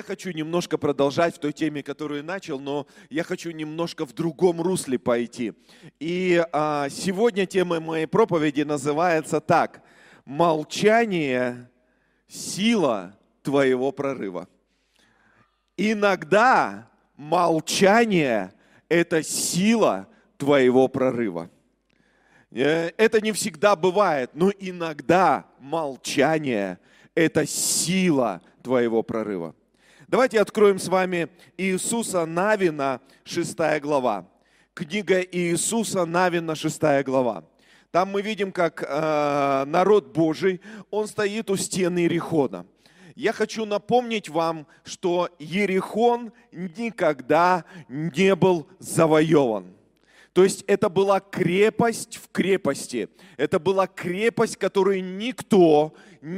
хочу немножко продолжать в той теме, которую начал, но я хочу немножко в другом русле пойти. И сегодня тема моей проповеди называется так: «Молчание – сила твоего прорыва». Иногда молчание – это сила твоего прорыва. Это не всегда бывает, но иногда молчание – это сила твоего прорыва. Давайте откроем с вами Иисуса Навина, 6 глава. Книга Иисуса Навина, 6 глава. Там мы видим, как народ Божий, он стоит у стены Иерихона. Я хочу напомнить вам, что Иерихон никогда не был завоеван. То есть это была крепость в крепости. Это была крепость, которую никто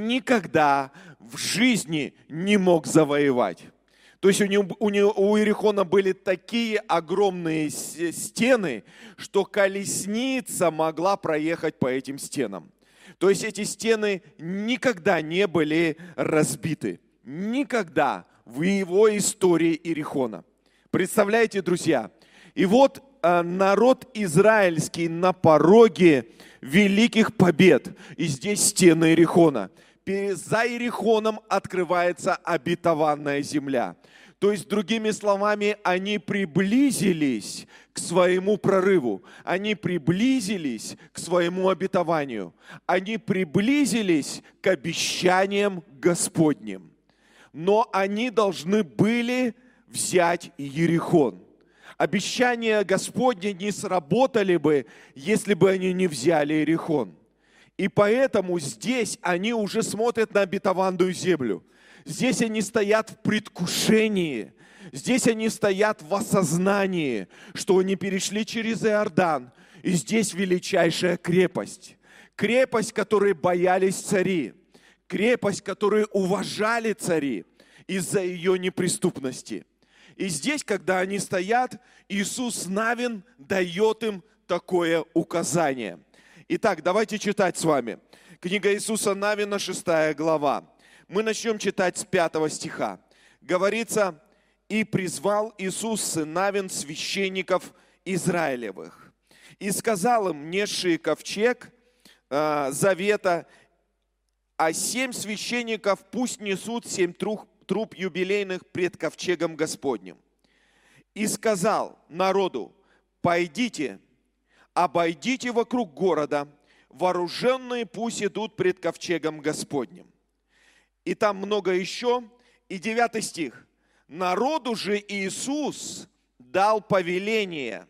никогда в жизни не мог завоевать. То есть у Иерихона были такие огромные стены, что колесница могла проехать по этим стенам. То есть эти стены никогда не были разбиты. Никогда в его истории Иерихона. Представляете, друзья? И вот народ израильский на пороге великих побед. И здесь стены Иерихона. За Иерихоном открывается обетованная земля. То есть, другими словами, они приблизились к своему прорыву. Они приблизились к своему обетованию. Они приблизились к обещаниям Господним. Но они должны были взять Иерихон. Обещания Господни не сработали бы, если бы они не взяли Иерихон. И поэтому здесь они уже смотрят на обетованную землю. Здесь они стоят в предвкушении. Здесь они стоят в осознании, что они перешли через Иордан. И здесь величайшая крепость. Крепость, которой боялись цари. Крепость, которую уважали цари из-за ее неприступности. И здесь, когда они стоят, Иисус Навин дает им такое указание. Итак, давайте читать с вами. Книга Иисуса Навина, 6 глава. Мы начнем читать с 5 стиха. Говорится: «И призвал Иисус сын Навин священников Израилевых, и сказал им, несшие ковчег завета, а 7 священников пусть несут 7 труб юбилейных пред ковчегом Господним. И сказал народу: пойдите, обойдите вокруг города, вооруженные пусть идут пред ковчегом Господним». И там много еще. И 9 стих. «Народу же Иисус дал повеление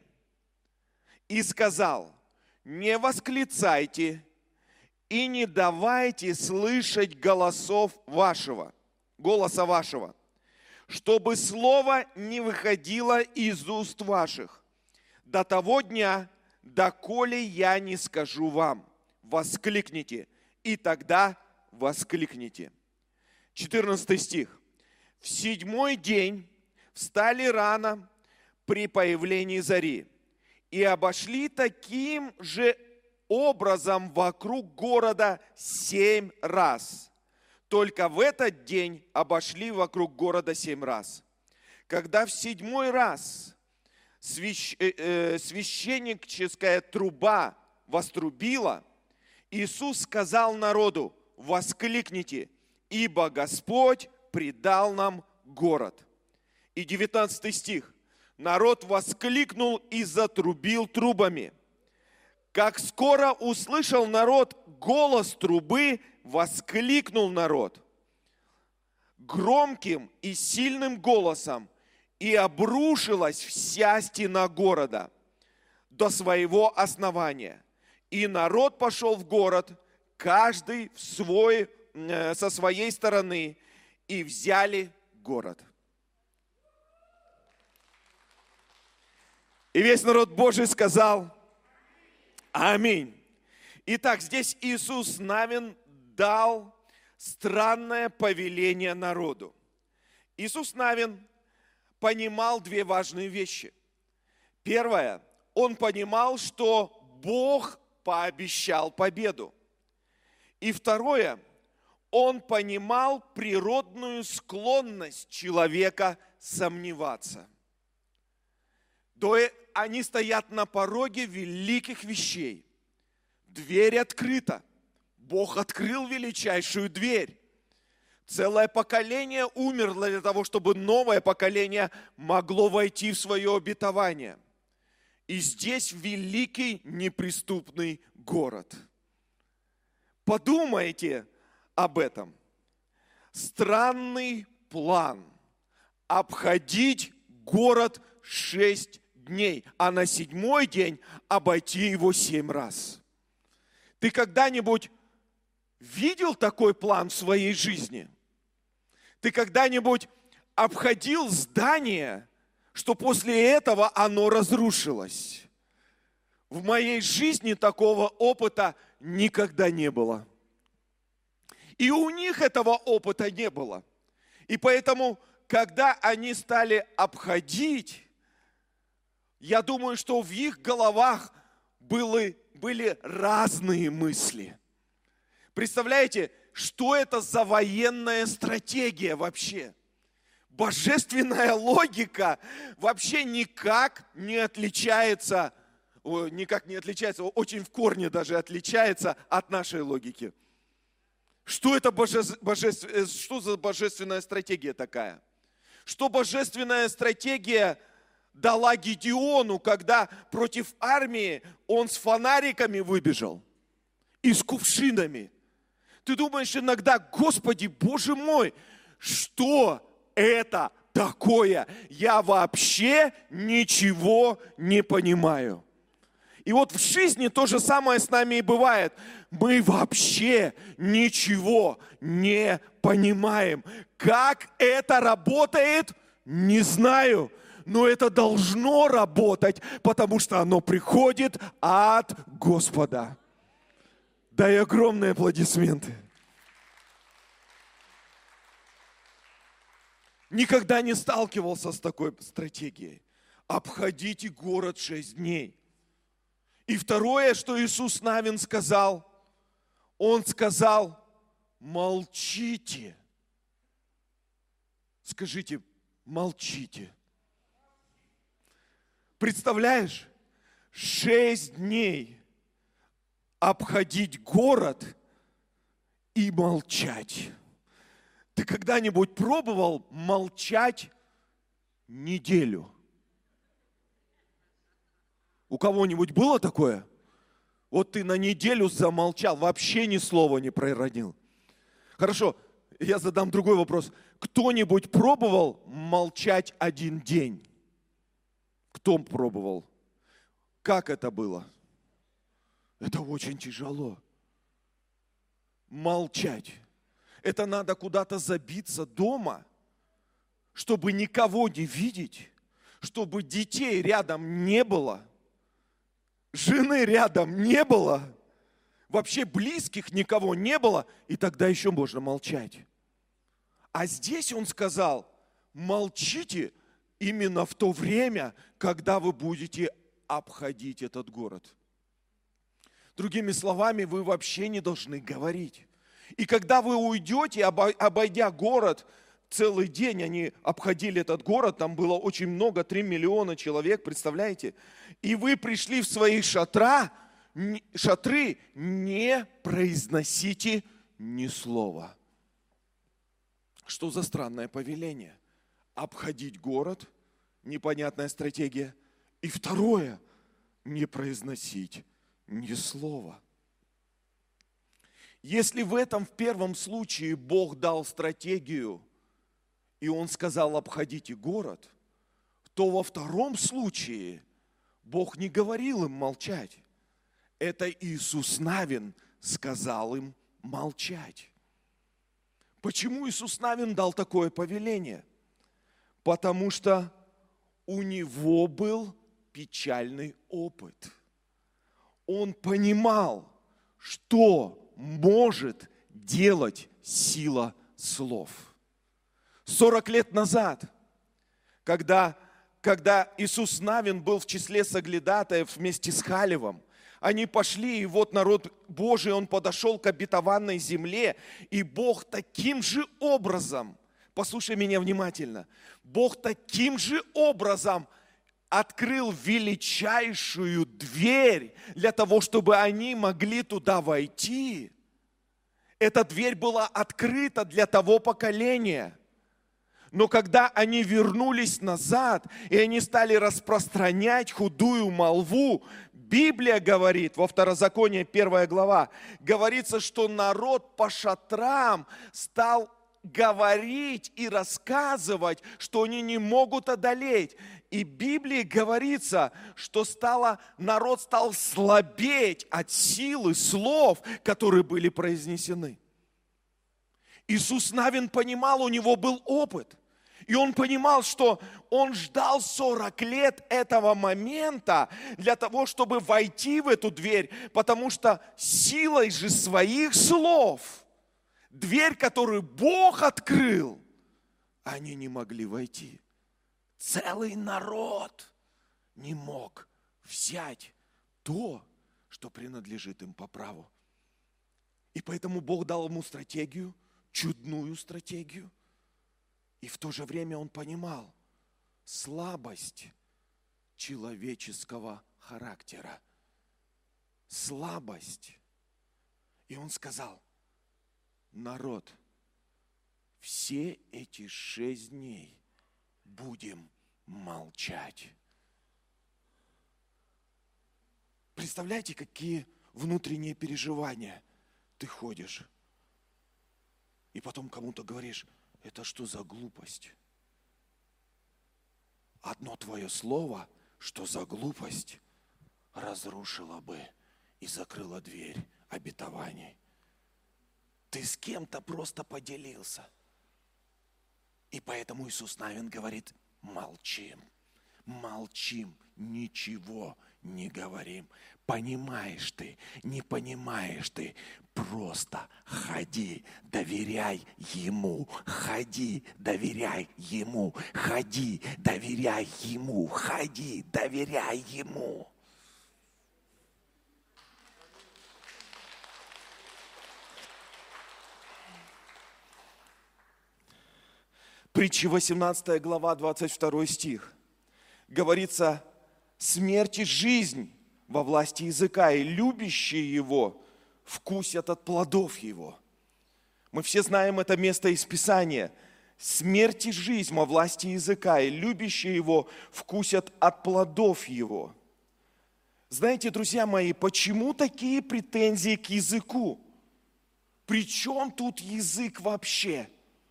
и сказал: не восклицайте и не давайте слышать голоса вашего, чтобы слово не выходило из уст ваших до того дня, доколе я не скажу вам. Воскликните, и тогда воскликните». 14 стих. «В 7-й день встали рано при появлении зари и обошли таким же образом вокруг города 7 раз. Только в этот день обошли вокруг города 7 раз. Когда в 7-й раз священническая труба вострубила, Иисус сказал народу: воскликните, ибо Господь предал нам город». И 19 стих. «Народ воскликнул и затрубил трубами. Как скоро услышал народ голос трубы, воскликнул народ громким и сильным голосом, и обрушилась вся стена города до своего основания. И народ пошел в город, каждый со своей стороны, и взяли город». И весь народ Божий сказал: аминь. Итак, здесь Иисус Навин дал странное повеление народу. Иисус Навин понимал 2 важные вещи. Первое, он понимал, что Бог пообещал победу. И второе, Он понимал природную склонность человека сомневаться. Они стоят на пороге великих вещей. Дверь открыта. Бог открыл величайшую дверь. Целое поколение умерло для того, чтобы новое поколение могло войти в свое обетование. И здесь великий неприступный город. Подумайте об этом. Странный план обходить город 6 дней, а на 7-й день обойти его 7 раз. Ты когда-нибудь видел такой план в своей жизни? Ты когда-нибудь обходил здание, что после этого оно разрушилось? В моей жизни такого опыта никогда не было. И у них этого опыта не было. И поэтому, когда они стали обходить, я думаю, что в их головах были разные мысли. Представляете, что это за военная стратегия вообще? Божественная логика вообще никак не отличается, очень в корне даже отличается от нашей логики. Что это что за божественная стратегия такая? Что божественная стратегия дала Гедеону, когда против армии он с фонариками выбежал и с кувшинами? Ты думаешь иногда, Господи, Боже мой, что это такое? Я вообще ничего не понимаю. И вот в жизни то же самое с нами и бывает. Мы вообще ничего не понимаем. Как это работает, не знаю. Но это должно работать, потому что оно приходит от Господа. Дай огромные аплодисменты. Никогда не сталкивался с такой стратегией. Обходите город 6 дней. И второе, что Иисус Навин сказал, Он сказал, молчите. Скажите, молчите. Представляешь, 6 дней обходить город и молчать. Ты когда-нибудь пробовал молчать неделю? У кого-нибудь было такое? Вот ты на неделю замолчал, вообще ни слова не проронил. Хорошо, я задам другой вопрос. Кто-нибудь пробовал молчать 1 день? Кто пробовал? Как это было? Это очень тяжело. Молчать. Это надо куда-то забиться дома, чтобы никого не видеть, чтобы детей рядом не было, жены рядом не было, вообще близких никого не было, и тогда еще можно молчать. А здесь он сказал, молчите именно в то время, когда вы будете обходить этот город. Другими словами, вы вообще не должны говорить. И когда вы уйдете, обойдя город, целый день они обходили этот город, там было очень много, 3 миллиона человек, представляете? И вы пришли в свои шатры, не произносите ни слова. Что за странное повеление? Обходить город, непонятная стратегия. И второе, не произносить ни слова. Если в этом в первом случае Бог дал стратегию, и Он сказал, обходите город, то во втором случае Бог не говорил им молчать. Это Иисус Навин сказал им молчать. Почему Иисус Навин дал такое повеление? Потому что у него был печальный опыт. Он понимал, что может делать сила слов. 40 лет назад, когда Иисус Навин был в числе соглядатаев вместе с Халевом, Они пошли, и вот народ Божий, он подошел к обетованной земле, и Бог таким же образом, послушай меня внимательно, Бог таким же образом открыл величайшую дверь для того, чтобы они могли туда войти. Эта дверь была открыта для того поколения. Но когда они вернулись назад, и они стали распространять худую молву, Библия говорит, во Второзаконии 1 глава, говорится, что народ по шатрам стал говорить и рассказывать, что они не могут одолеть. И в Библии говорится, что народ стал слабеть от силы слов, которые были произнесены. Иисус Навин понимал, у него был опыт. И он понимал, что он ждал 40 лет этого момента для того, чтобы войти в эту дверь, потому что силой же своих слов, дверь, которую Бог открыл, они не могли войти. Целый народ не мог взять то, что принадлежит им по праву. И поэтому Бог дал ему стратегию, чудную стратегию. И в то же время он понимал слабость человеческого характера. Слабость. И он сказал: народ, все эти 6 дней будем молчать. Представляете, какие внутренние переживания ты ходишь. И потом кому-то говоришь: это что за глупость? Одно твое слово, что за глупость, разрушило бы и закрыло дверь обетований. Ты с кем-то просто поделился. И поэтому Иисус Навин говорит: молчим, молчим, ничего не говорим. Понимаешь ты, не понимаешь ты, просто ходи, доверяй Ему, ходи, доверяй Ему, ходи, доверяй Ему, ходи, доверяй Ему. Притча 18 глава, 22 стих. Говорится: смерть и жизнь во власти языка, и любящие его вкусят от плодов его. Мы все знаем это место из Писания. Смерть и жизнь во власти языка, и любящие его вкусят от плодов его. Знаете, друзья мои, почему такие претензии к языку? При чем тут язык вообще?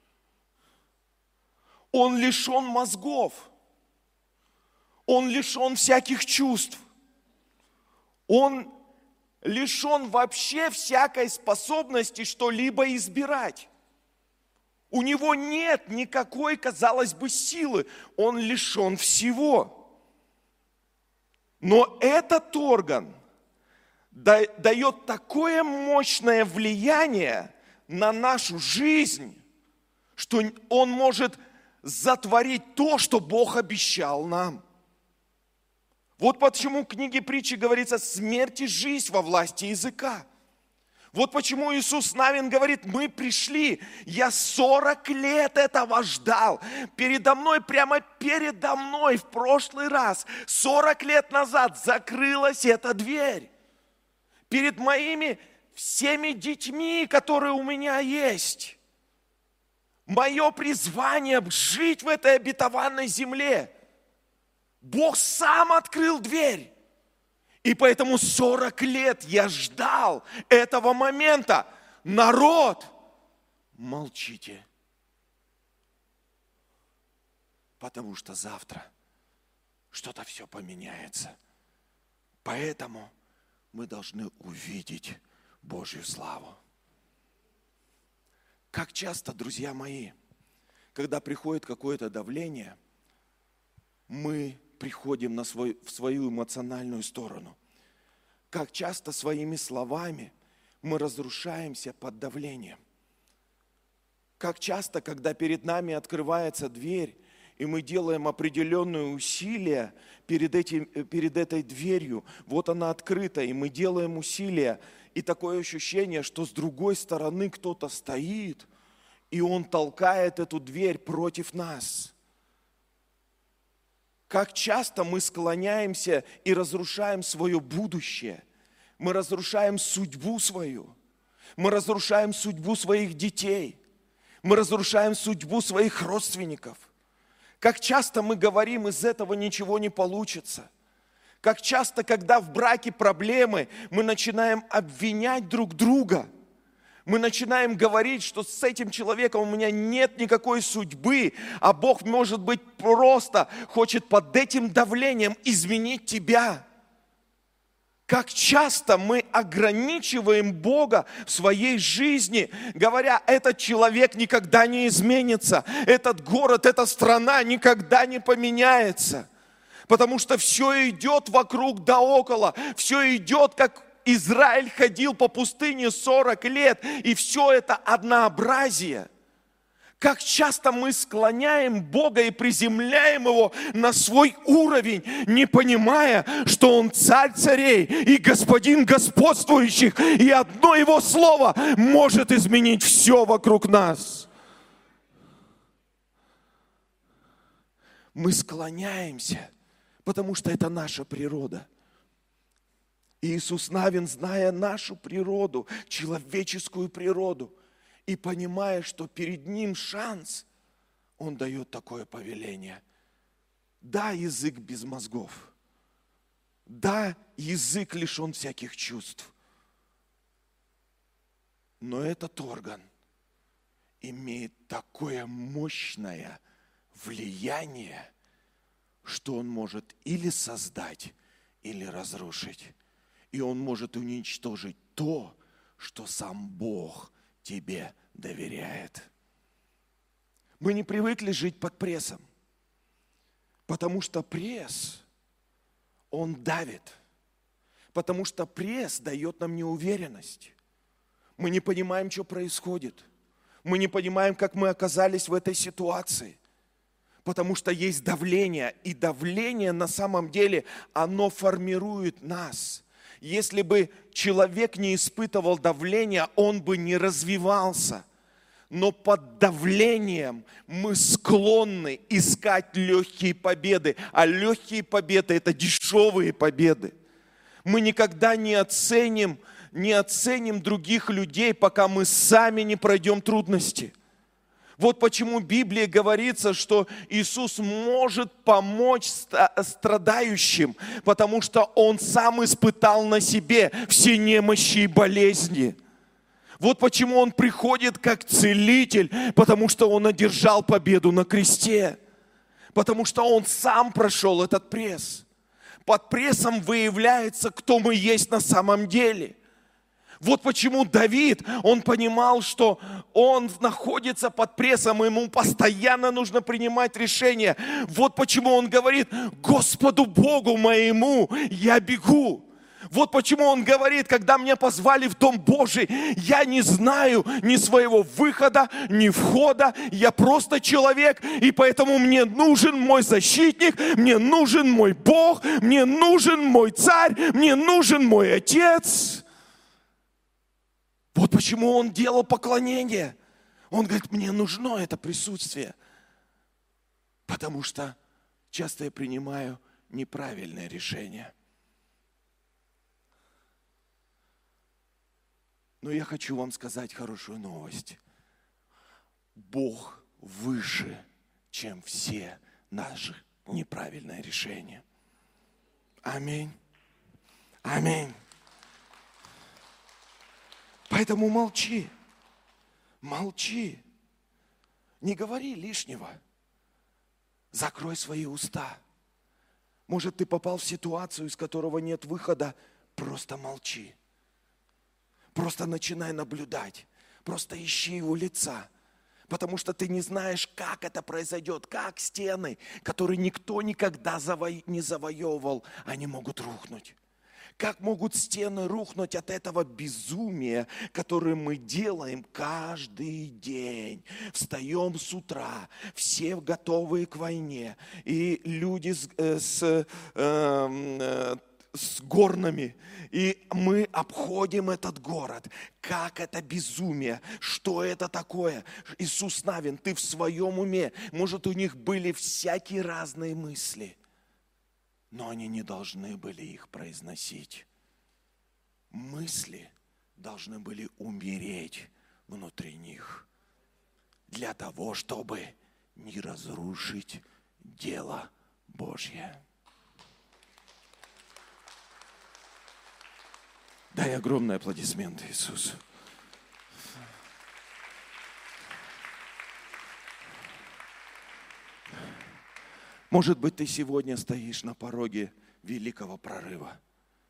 Он лишен мозгов. Он лишен всяких чувств. Он лишен вообще всякой способности что-либо избирать. У него нет никакой, казалось бы, силы. Он лишен всего. Но этот орган дает такое мощное влияние на нашу жизнь, что он может затворить то, что Бог обещал нам. Вот почему в книге притчи говорится: смерть и жизнь во власти языка. Вот почему Иисус Навин говорит: мы пришли, я 40 лет этого ждал. Прямо передо мной в прошлый раз, 40 лет назад закрылась эта дверь. Перед моими всеми детьми, которые у меня есть. Мое призвание жить в этой обетованной земле. Бог сам открыл дверь. И поэтому 40 лет я ждал этого момента. Народ, молчите. Потому что завтра что-то все поменяется. Поэтому мы должны увидеть Божью славу. Как часто, друзья мои, когда приходит какое-то давление, мы приходим в свою эмоциональную сторону. Как часто своими словами мы разрушаемся под давлением. Как часто, когда перед нами открывается дверь, И мы делаем определенные усилия перед этой дверью. Вот она открыта, и мы делаем усилия. И такое ощущение, что с другой стороны кто-то стоит, и он толкает эту дверь против нас. Как часто мы склоняемся и разрушаем свое будущее. Мы разрушаем судьбу свою. Мы разрушаем судьбу своих детей. Мы разрушаем судьбу своих родственников. Как часто мы говорим, из этого ничего не получится. Как часто, когда в браке проблемы, мы начинаем обвинять друг друга. Мы начинаем говорить, что с этим человеком у меня нет никакой судьбы, а Бог, может быть, просто хочет под этим давлением изменить тебя. Как часто мы ограничиваем Бога в своей жизни, говоря, этот человек никогда не изменится, этот город, эта страна никогда не поменяется. Потому что все идет вокруг да около, все идет, как Израиль ходил по пустыне 40 лет, и все это однообразие. Как часто мы склоняем Бога и приземляем Его на свой уровень, не понимая, что Он царь царей и господин господствующих, и одно Его слово может изменить все вокруг нас. Мы склоняемся, потому что это наша природа. Иисус Навин, зная нашу природу, человеческую природу, и понимая, что перед Ним шанс, Он дает такое повеление. Да, язык без мозгов. Да, язык лишен всяких чувств. Но этот орган имеет такое мощное влияние, что он может или создать, или разрушить. И он может уничтожить то, что сам Бог тебе доверяет. Мы не привыкли жить под прессом, потому что пресс, он давит, потому что пресс дает нам неуверенность. Мы не понимаем, что происходит. Мы не понимаем, как мы оказались в этой ситуации, потому что есть давление, и давление на самом деле, оно формирует нас. Если бы человек не испытывал давления, он бы не развивался. Но под давлением мы склонны искать легкие победы. А легкие победы – это дешевые победы. Мы никогда не оценим других людей, пока мы сами не пройдем трудности. Вот почему в Библии говорится, что Иисус может помочь страдающим, потому что Он сам испытал на себе все немощи и болезни. Вот почему Он приходит как целитель, потому что Он одержал победу на кресте, потому что Он сам прошел этот пресс. Под прессом выявляется, кто мы есть на самом деле. Вот почему Давид, он понимал, что он находится под прессом, ему постоянно нужно принимать решения. Вот почему он говорит: Господу Богу моему я бегу. Вот почему он говорит: когда меня позвали в Дом Божий, я не знаю ни своего выхода, ни входа, я просто человек, и поэтому мне нужен мой защитник, мне нужен мой Бог, мне нужен мой царь, мне нужен мой отец. Вот почему он делал поклонение. Он говорит: мне нужно это присутствие, потому что часто я принимаю неправильное решение. Но я хочу вам сказать хорошую новость. Бог выше, чем все наши неправильные решения. Аминь. Аминь. Поэтому молчи. Молчи. Не говори лишнего. Закрой свои уста. Может, ты попал в ситуацию, из которого нет выхода. Просто молчи. Просто начинай наблюдать. Просто ищи Его лица. Потому что ты не знаешь, как это произойдет. Как стены, которые никто никогда не завоевывал, они могут рухнуть. Как могут стены рухнуть от этого безумия, которое мы делаем каждый день? Встаем с утра, все готовые к войне, и люди с горнами, и мы обходим этот город. Как это безумие? Что это такое? Иисус Навин, ты в своем уме. Может, у них были всякие разные мысли, но они не должны были их произносить. Мысли должны были умереть внутри них для того, чтобы не разрушить дело Божье. Дай огромные аплодисменты Иисусу. Может быть, ты сегодня стоишь на пороге великого прорыва.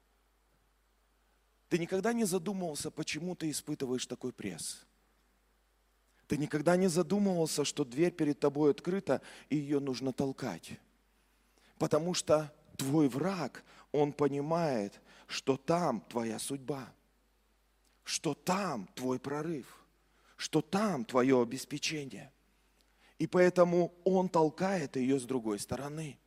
Ты никогда не задумывался, почему ты испытываешь такой пресс? Ты никогда не задумывался, что дверь перед тобой открыта, и ее нужно толкать? Потому что твой враг, он понимает, что там твоя судьба, что там твой прорыв, что там твое обеспечение. И поэтому он толкает ее с другой стороны.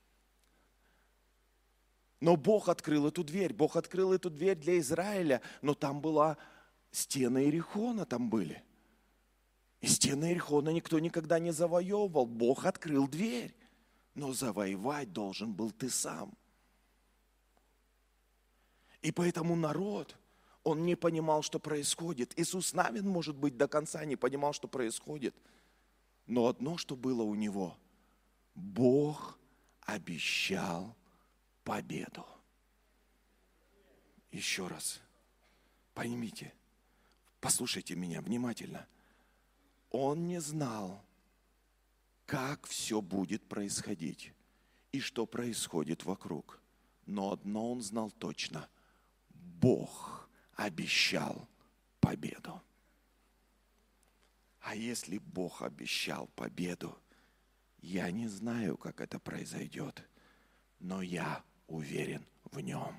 Но Бог открыл эту дверь. Бог открыл эту дверь для Израиля, но там была стены Иерихона, там были. И стены Иерихона никто никогда не завоевывал. Бог открыл дверь, но завоевать должен был ты сам. И поэтому народ, он не понимал, что происходит. Иисус Навин, может быть, до конца не понимал, что происходит. Но одно, что было у него, Бог обещал победу. Еще раз, поймите, послушайте меня внимательно. Он не знал, как все будет происходить и что происходит вокруг. Но одно он знал точно. Бог обещал победу. А если Бог обещал победу, я не знаю, как это произойдет, но я уверен в нем.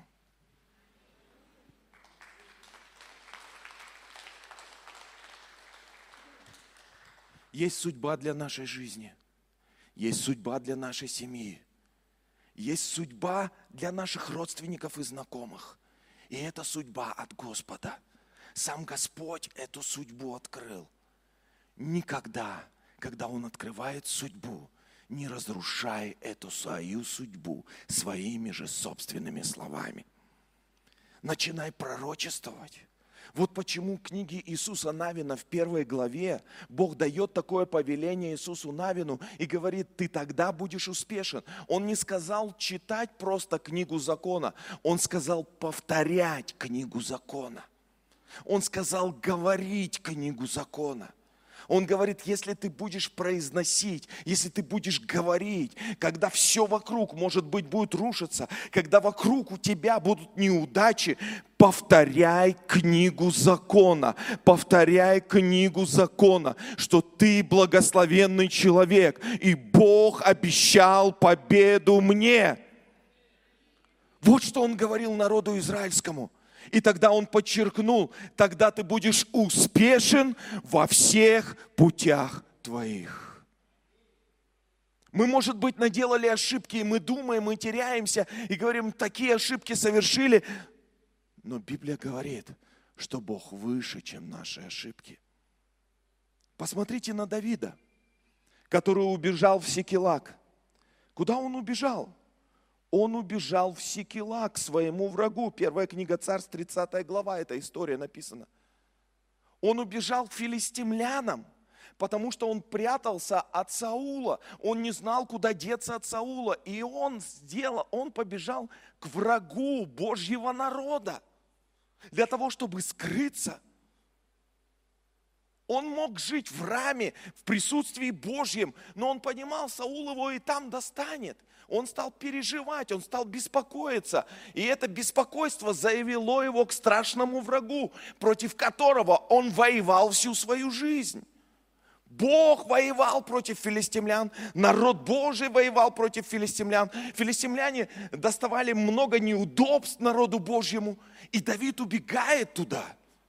Есть судьба для нашей жизни, есть судьба для нашей семьи, есть судьба для наших родственников и знакомых. И это судьба от Господа. Сам Господь эту судьбу открыл. Никогда, когда Он открывает судьбу, не разрушай эту свою судьбу своими же собственными словами. Начинай пророчествовать. Вот почему в книге Иисуса Навина в 1 главе Бог дает такое повеление Иисусу Навину и говорит, ты тогда будешь успешен. Он не сказал читать просто книгу закона, Он сказал повторять книгу закона. Он сказал говорить книгу закона. Он говорит, если ты будешь произносить, если ты будешь говорить, когда все вокруг, может быть, будет рушиться, когда вокруг у тебя будут неудачи, повторяй книгу закона, повторяй книгу закона, что ты благословенный человек, и Бог обещал победу мне. Вот что Он говорил народу израильскому. И тогда Он подчеркнул, тогда ты будешь успешен во всех путях твоих. Мы, может быть, наделали ошибки, и мы думаем, мы теряемся, и говорим, такие ошибки совершили. Но Библия говорит, что Бог выше, чем наши ошибки. Посмотрите на Давида, который убежал в Сикелаг. Куда он убежал? Он убежал в Сикелаг к своему врагу. Первая книга Царств, 30 глава, эта история написана. Он убежал к филистимлянам, потому что он прятался от Саула. Он не знал, куда деться от Саула. И он побежал к врагу Божьего народа для того, чтобы скрыться. Он мог жить в раме, в присутствии Божьем, но он понимал, Саул его и там достанет. Он стал переживать, он стал беспокоиться. И это беспокойство завело его к страшному врагу, против которого он воевал всю свою жизнь. Бог воевал против филистимлян, народ Божий воевал против филистимлян. Филистимляне доставали много неудобств народу Божьему, и Давид убегает туда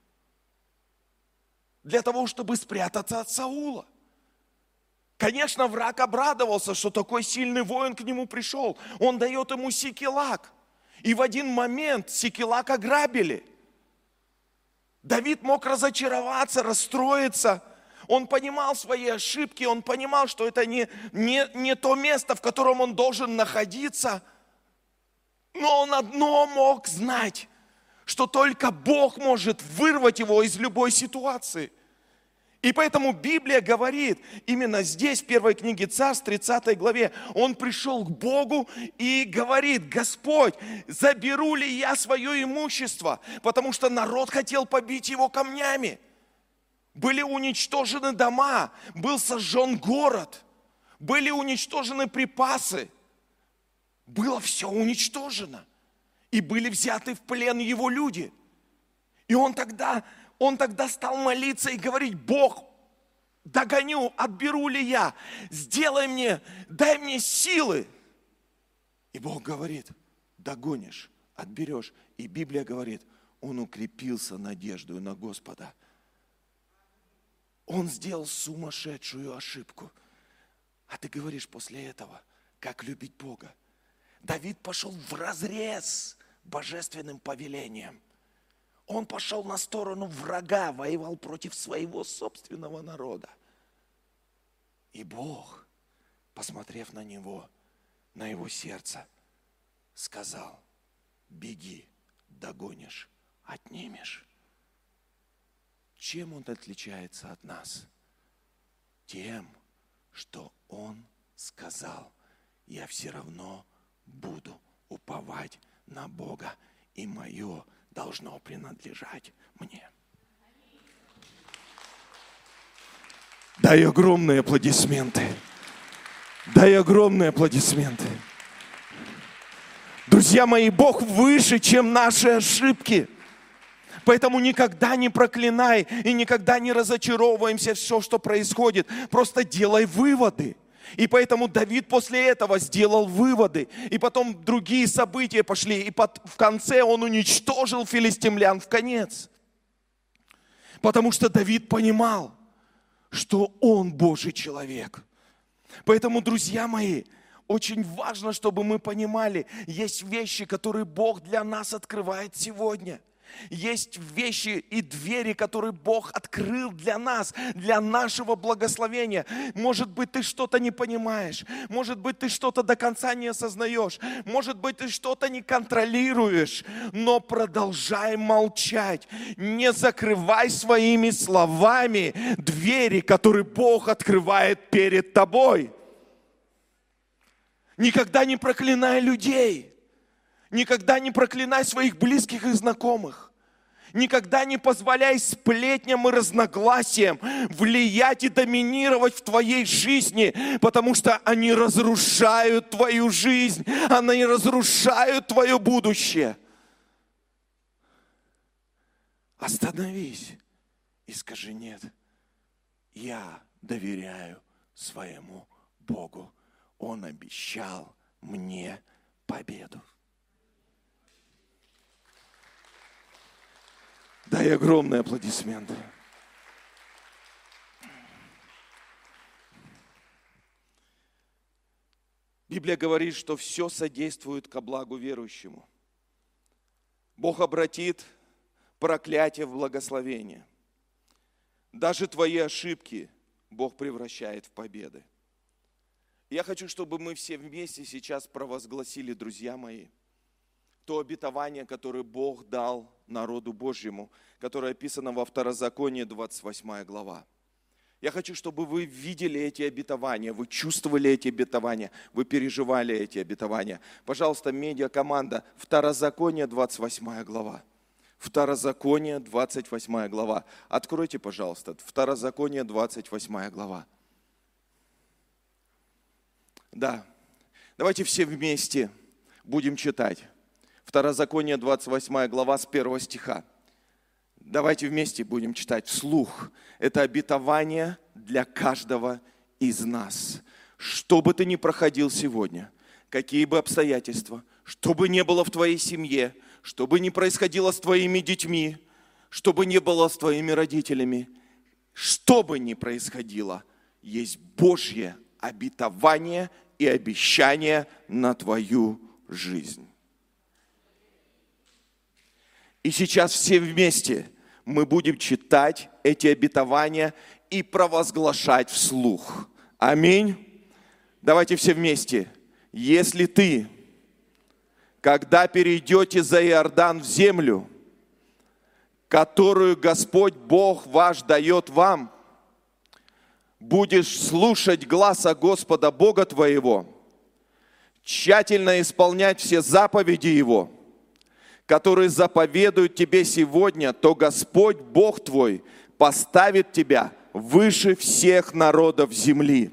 для того, чтобы спрятаться от Саула. Конечно, враг обрадовался, что такой сильный воин к нему пришел. Он дает ему Сикелаг. И в один момент Сикелаг ограбили. Давид мог разочароваться, расстроиться. Он понимал свои ошибки, он понимал, что это не то место, в котором он должен находиться. Но он одно мог знать, что только Бог может вырвать его из любой ситуации. И поэтому Библия говорит, именно здесь, в первой книге Царств, 30 главе, он пришел к Богу и говорит: Господь, заберу ли я свое имущество? Потому что народ хотел побить его камнями. Были уничтожены дома, был сожжен город, были уничтожены припасы. Было все уничтожено. И были взяты в плен его люди. И он тогда стал молиться и говорить: Бог, догоню, отберу ли я, сделай мне, дай мне силы. И Бог говорит: догонишь, отберешь. И Библия говорит, он укрепился надеждой на Господа. Он сделал сумасшедшую ошибку. А ты говоришь после этого, как любить Бога. Давид пошел вразрез божественным повелением. Он пошел на сторону врага, воевал против своего собственного народа. И Бог, посмотрев на него, на его сердце, сказал: беги, догонишь, отнимешь. Чем он отличается от нас? Тем, что он сказал: я все равно буду уповать на Бога, и мое должно принадлежать мне. Дай огромные аплодисменты. Дай огромные аплодисменты. Друзья мои, Бог выше, чем наши ошибки. Поэтому никогда не проклинай и никогда не разочаровываемся в все, что происходит. Просто делай выводы. И поэтому Давид после этого сделал выводы. И потом другие события пошли. И в конце он уничтожил филистимлян в конец. Потому что Давид понимал, что он Божий человек. Поэтому, друзья мои, очень важно, чтобы мы понимали, есть вещи, которые Бог для нас открывает сегодня. Есть вещи и двери, которые Бог открыл для нас, для нашего благословения. Может быть, ты что-то не понимаешь. Может быть, ты что-то до конца не осознаешь. Может быть, ты что-то не контролируешь. Но продолжай молчать. Не закрывай своими словами двери, которые Бог открывает перед тобой. Никогда не проклинай людей. Никогда не проклинай своих близких и знакомых. Никогда не позволяй сплетням и разногласиям влиять и доминировать в твоей жизни, потому что они разрушают твою жизнь, они разрушают твое будущее. Остановись и скажи: нет, я доверяю своему Богу. Он обещал мне победу. Дай огромные аплодисменты. Библия говорит, что все содействует ко благу верующему. Бог обратит проклятие в благословение. Даже твои ошибки Бог превращает в победы. Я хочу, чтобы мы все вместе сейчас провозгласили, друзья мои, то обетование, которое Бог дал народу Божьему, которое описано во Второзаконии, 28 глава. Я хочу, чтобы вы видели эти обетования, вы чувствовали эти обетования, вы переживали эти обетования. Пожалуйста, медиакоманда, Второзаконие, 28 глава. Второзаконие, 28 глава. Откройте, пожалуйста, Второзаконие, 28 глава. Да, давайте все вместе будем читать. Второзаконие, 28 глава, с 1 стиха. Давайте вместе будем читать вслух. Это обетование для каждого из нас. Что бы ты ни проходил сегодня, какие бы обстоятельства, что бы ни было в твоей семье, что бы ни происходило с твоими детьми, что бы ни было с твоими родителями, что бы ни происходило, есть Божье обетование и обещание на твою жизнь. И сейчас все вместе мы будем читать эти обетования и провозглашать вслух. Аминь. Давайте все вместе. Если ты, когда перейдете за Иордан в землю, которую Господь Бог ваш дает вам, будешь слушать гласа Господа Бога твоего, тщательно исполнять все заповеди Его, которые заповедуют тебе сегодня, то Господь Бог твой поставит тебя выше всех народов земли.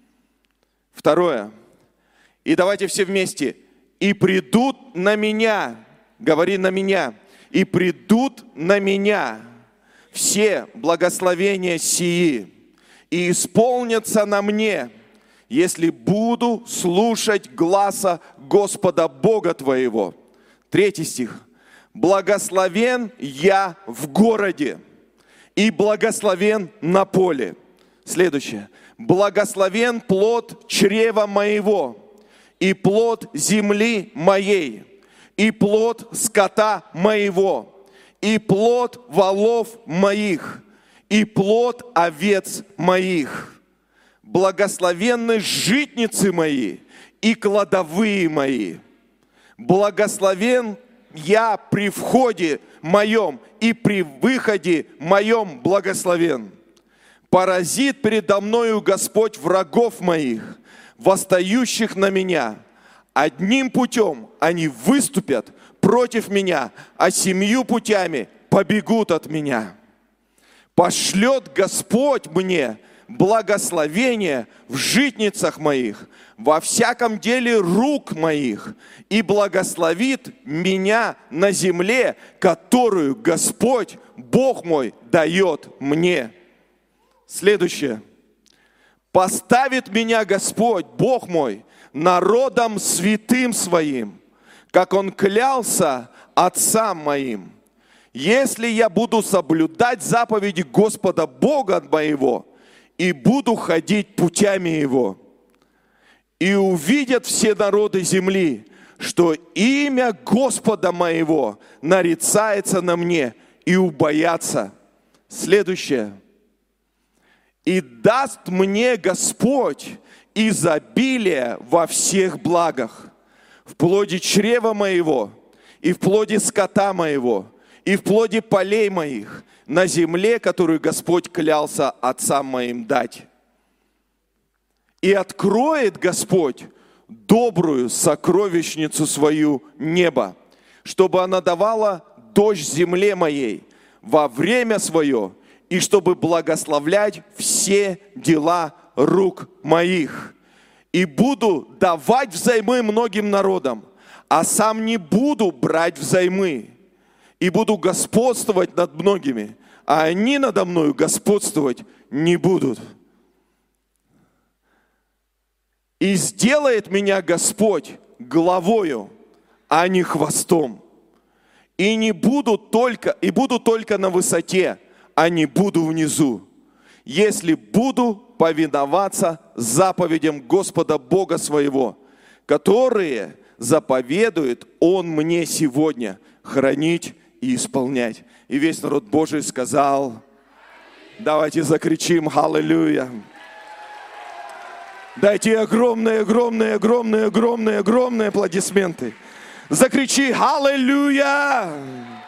Второе. И давайте все вместе. И придут на меня, говори на меня, и придут на меня все благословения сии, и исполнятся на мне, если буду слушать гласа Господа Бога твоего. 3 стих. Благословен я в городе и благословен на поле. Следующее. Благословен плод чрева моего и плод земли моей, и плод скота моего, и плод волов моих, и плод овец моих. Благословенны житницы мои и кладовые мои. Благословен я при входе моем и при выходе моем благословен. Поразит передо мною Господь врагов моих, восстающих на меня. Одним путем они выступят против меня, а 7 путями побегут от меня. Пошлет Господь мне благословение в житницах моих, во всяком деле рук моих, и благословит меня на земле, которую Господь, Бог мой, дает мне. Следующее. Поставит меня Господь, Бог мой, народом святым своим, как Он клялся отцам моим. Если я буду соблюдать заповеди Господа Бога моего и буду ходить путями Его, и увидят все народы земли, что имя Господа моего нарицается на мне, и убоятся. Следующее. И даст мне Господь изобилие во всех благах, в плоде чрева моего, и в плоде скота моего, и в плоде полей моих, на земле, которую Господь клялся отцам моим дать. И откроет Господь добрую сокровищницу свою небо, чтобы она давала дождь земле моей во время свое, и чтобы благословлять все дела рук моих. И буду давать взаймы многим народам, а сам не буду брать взаймы. И буду господствовать над многими, а они надо мною господствовать не будут. И сделает меня Господь главою, а не хвостом. И буду только на высоте, а не буду внизу, если буду повиноваться заповедям Господа Бога своего, которые заповедует Он мне сегодня хранить и исполнять. И весь народ Божий сказал, давайте закричим «Аллилуйя». Дайте огромные аплодисменты. Закричи «Аллилуйя».